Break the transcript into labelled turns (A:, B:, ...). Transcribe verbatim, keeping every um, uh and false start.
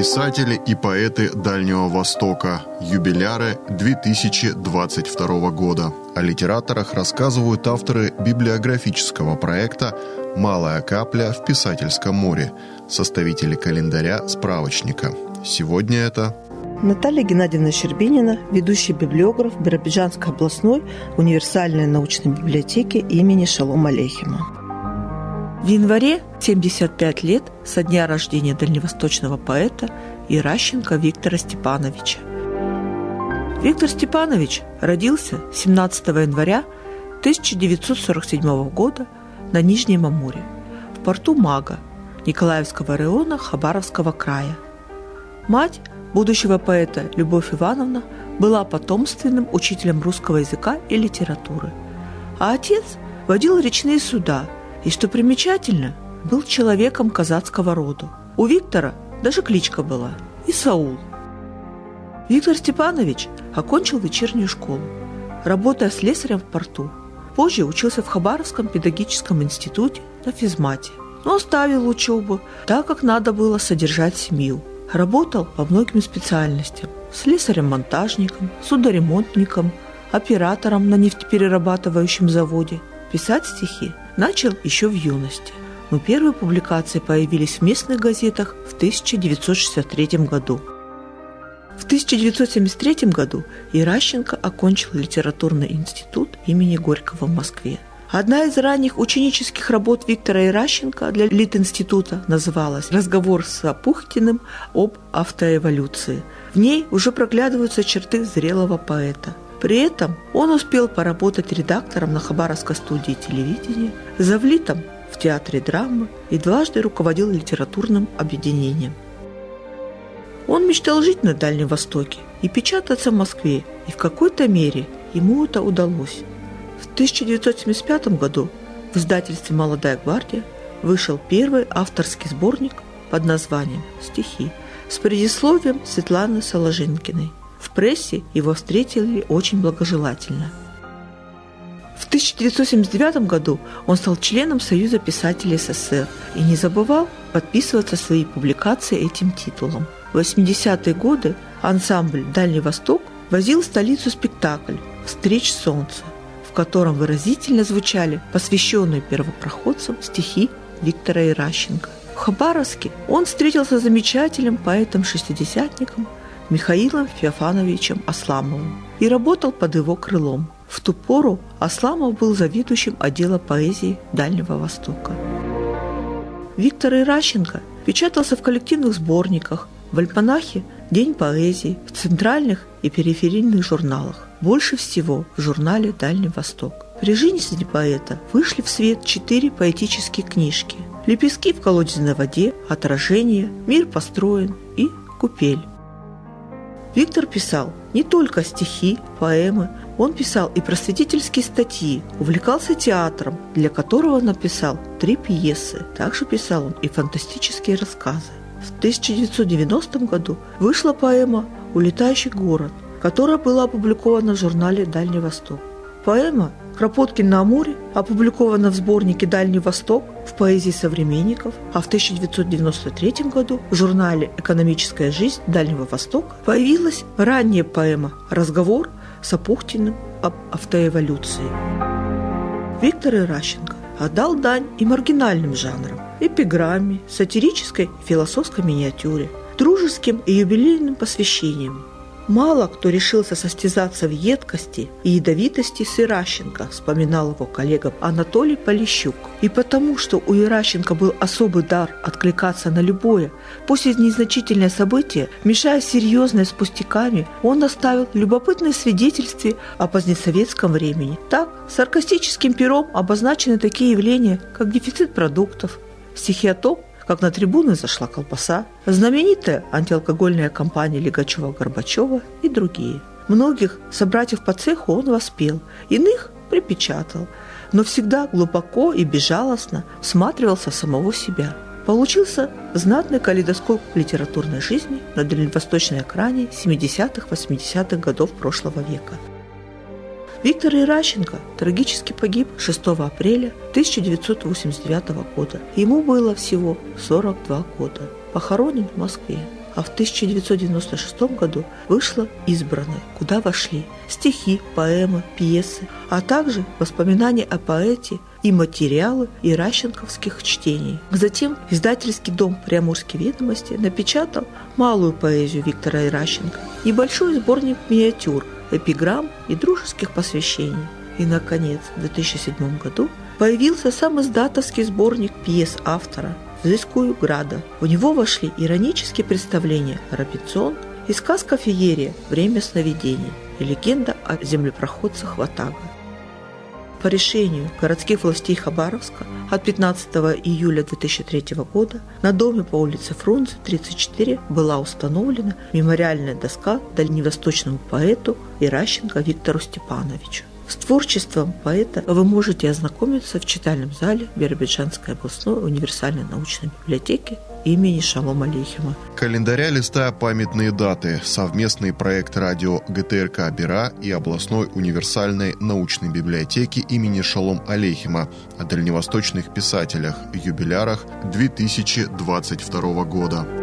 A: Писатели и поэты Дальнего Востока. Юбиляры две тысячи двадцать второго года. О литераторах рассказывают авторы библиографического проекта «Малая капля в писательском море», составители календаря справочника. Сегодня это...
B: Наталья Геннадьевна Щербинина, ведущий библиограф Биробиджанской областной универсальной научной библиотеки имени Шолома Алейхема. В январе семьдесят пять лет со дня рождения дальневосточного поэта Иращенко Виктора Степановича. Виктор Степанович родился семнадцатого января тысяча девятьсот сорок седьмого года на Нижнем Амуре, в порту Мага Николаевского района Хабаровского края. Мать будущего поэта Любовь Ивановна была потомственным учителем русского языка и литературы, а отец водил речные суда и, что примечательно, был человеком казацкого рода. У Виктора даже кличка была – Исаул. Виктор Степанович окончил вечернюю школу, работая слесарем в порту. Позже учился в Хабаровском педагогическом институте на физмате, но оставил учебу, так как надо было содержать семью. Работал по многим специальностям – слесарем-монтажником, судоремонтником, оператором на нефтеперерабатывающем заводе. Писать стихи начал еще в юности, но первые публикации появились в местных газетах в тысяча девятьсот шестьдесят третьем году. В тысяча девятьсот семьдесят третьем году Иращенко окончил литературный институт имени Горького в Москве. Одна из ранних ученических работ Виктора Иращенко для Литинститута называлась «Разговор с Апухтиным об автоэволюции». В ней уже проглядываются черты зрелого поэта. При этом он успел поработать редактором на Хабаровской студии телевидения, завлитом в театре драмы и дважды руководил литературным объединением. Он мечтал жить на Дальнем Востоке и печататься в Москве, и в какой-то мере ему это удалось. В тысяча девятьсот семьдесят пятом году в издательстве «Молодая гвардия» вышел первый авторский сборник под названием «Стихи» с предисловием Светланы Соложинкиной. В прессе его встретили очень благожелательно. В тысяча девятьсот семьдесят девятом году он стал членом Союза писателей СССР и не забывал подписываться свои публикации этим титулом. В восьмидесятые годы ансамбль «Дальний Восток» возил в столицу спектакль «Встреч солнца», в котором выразительно звучали посвященные первопроходцам стихи Виктора Иращенко. В Хабаровске он встретился с замечательным поэтом-шестидесятником Михаилом Феофановичем Асламовым и работал под его крылом. В ту пору Асламов был заведующим отдела поэзии Дальнего Востока. Виктор Иращенко печатался в коллективных сборниках, в альманахе «День поэзии», в центральных и периферийных журналах. Больше всего в журнале «Дальний Восток». При жизни поэта вышли в свет четыре поэтические книжки: «Лепестки в колодезной воде», «Отражение», «Мир построен» и «Купель». Виктор писал не только стихи, поэмы, он писал и просветительские статьи, увлекался театром, для которого написал три пьесы. Также писал он и фантастические рассказы. В тысяча девятьсот девяностом году вышла поэма «Улетающий город», которая была опубликована в журнале «Дальний Восток». Поэма «Кропоткин на Амуре» опубликована в сборнике «Дальний Восток» в поэзии современников, а в тысяча девятьсот девяносто третьем году в журнале «Экономическая жизнь Дальнего Востока» появилась ранняя поэма «Разговор с Апухтиным об автоэволюции». Виктор Иращенко отдал дань и маргинальным жанрам – эпиграмме, сатирической и философской миниатюре, дружеским и юбилейным посвящениям. Мало кто решился состязаться в едкости и ядовитости с Иращенко, вспоминал его коллега Анатолий Полищук. И потому, что у Иращенко был особый дар откликаться на любое, пусть и незначительное событие, мешая серьезное с пустяками, он оставил любопытное свидетельство о позднесоветском времени. Так, саркастическим пером обозначены такие явления, как дефицит продуктов, стихи о том, как на трибуны зашла колбаса, знаменитая антиалкогольная кампания Лигачева-Горбачева и другие. Многих собратьев по цеху он воспел, иных припечатал, но всегда глубоко и безжалостно всматривался в самого себя. Получился знатный калейдоскоп литературной жизни на дальневосточной окраине семидесятых-восьмидесятых годов прошлого века. Виктор Иращенко трагически погиб шестого апреля тысяча девятьсот восемьдесят девятого года. Ему было всего сорок два года. Похоронен в Москве. а в тысяча девятьсот девяносто шестом году вышло «Избранное», куда вошли стихи, поэмы, пьесы, а также воспоминания о поэте и материалы иращенковских чтений. Затем издательский дом «Приамурские ведомости» напечатал малую поэзию Виктора Иращенко и большой сборник миниатюр, эпиграмм и дружеских посвящений. И, наконец, в две тысячи седьмом году появился сам издатовский сборник пьес автора «Взыскую града». В него вошли иронические представления «Робинзон» и сказка «Феерия. Время сновидений» и легенда о землепроходцах Ватага. По решению городских властей Хабаровска от пятнадцатого июля две тысячи третьего года на доме по улице Фрунзе, тридцать четыре, была установлена мемориальная доска дальневосточному поэту Иращенко Виктору Степановичу. С творчеством поэта вы можете ознакомиться в читальном зале Биробиджанской областной универсальной научной библиотеки имени Шалом Алейхима.
A: Календаря листая памятные даты. Совместный проект радио ГТРК «Бира» и областной универсальной научной библиотеки имени Шалом Алейхима о дальневосточных писателях, юбилярах две тысячи двадцать второго года.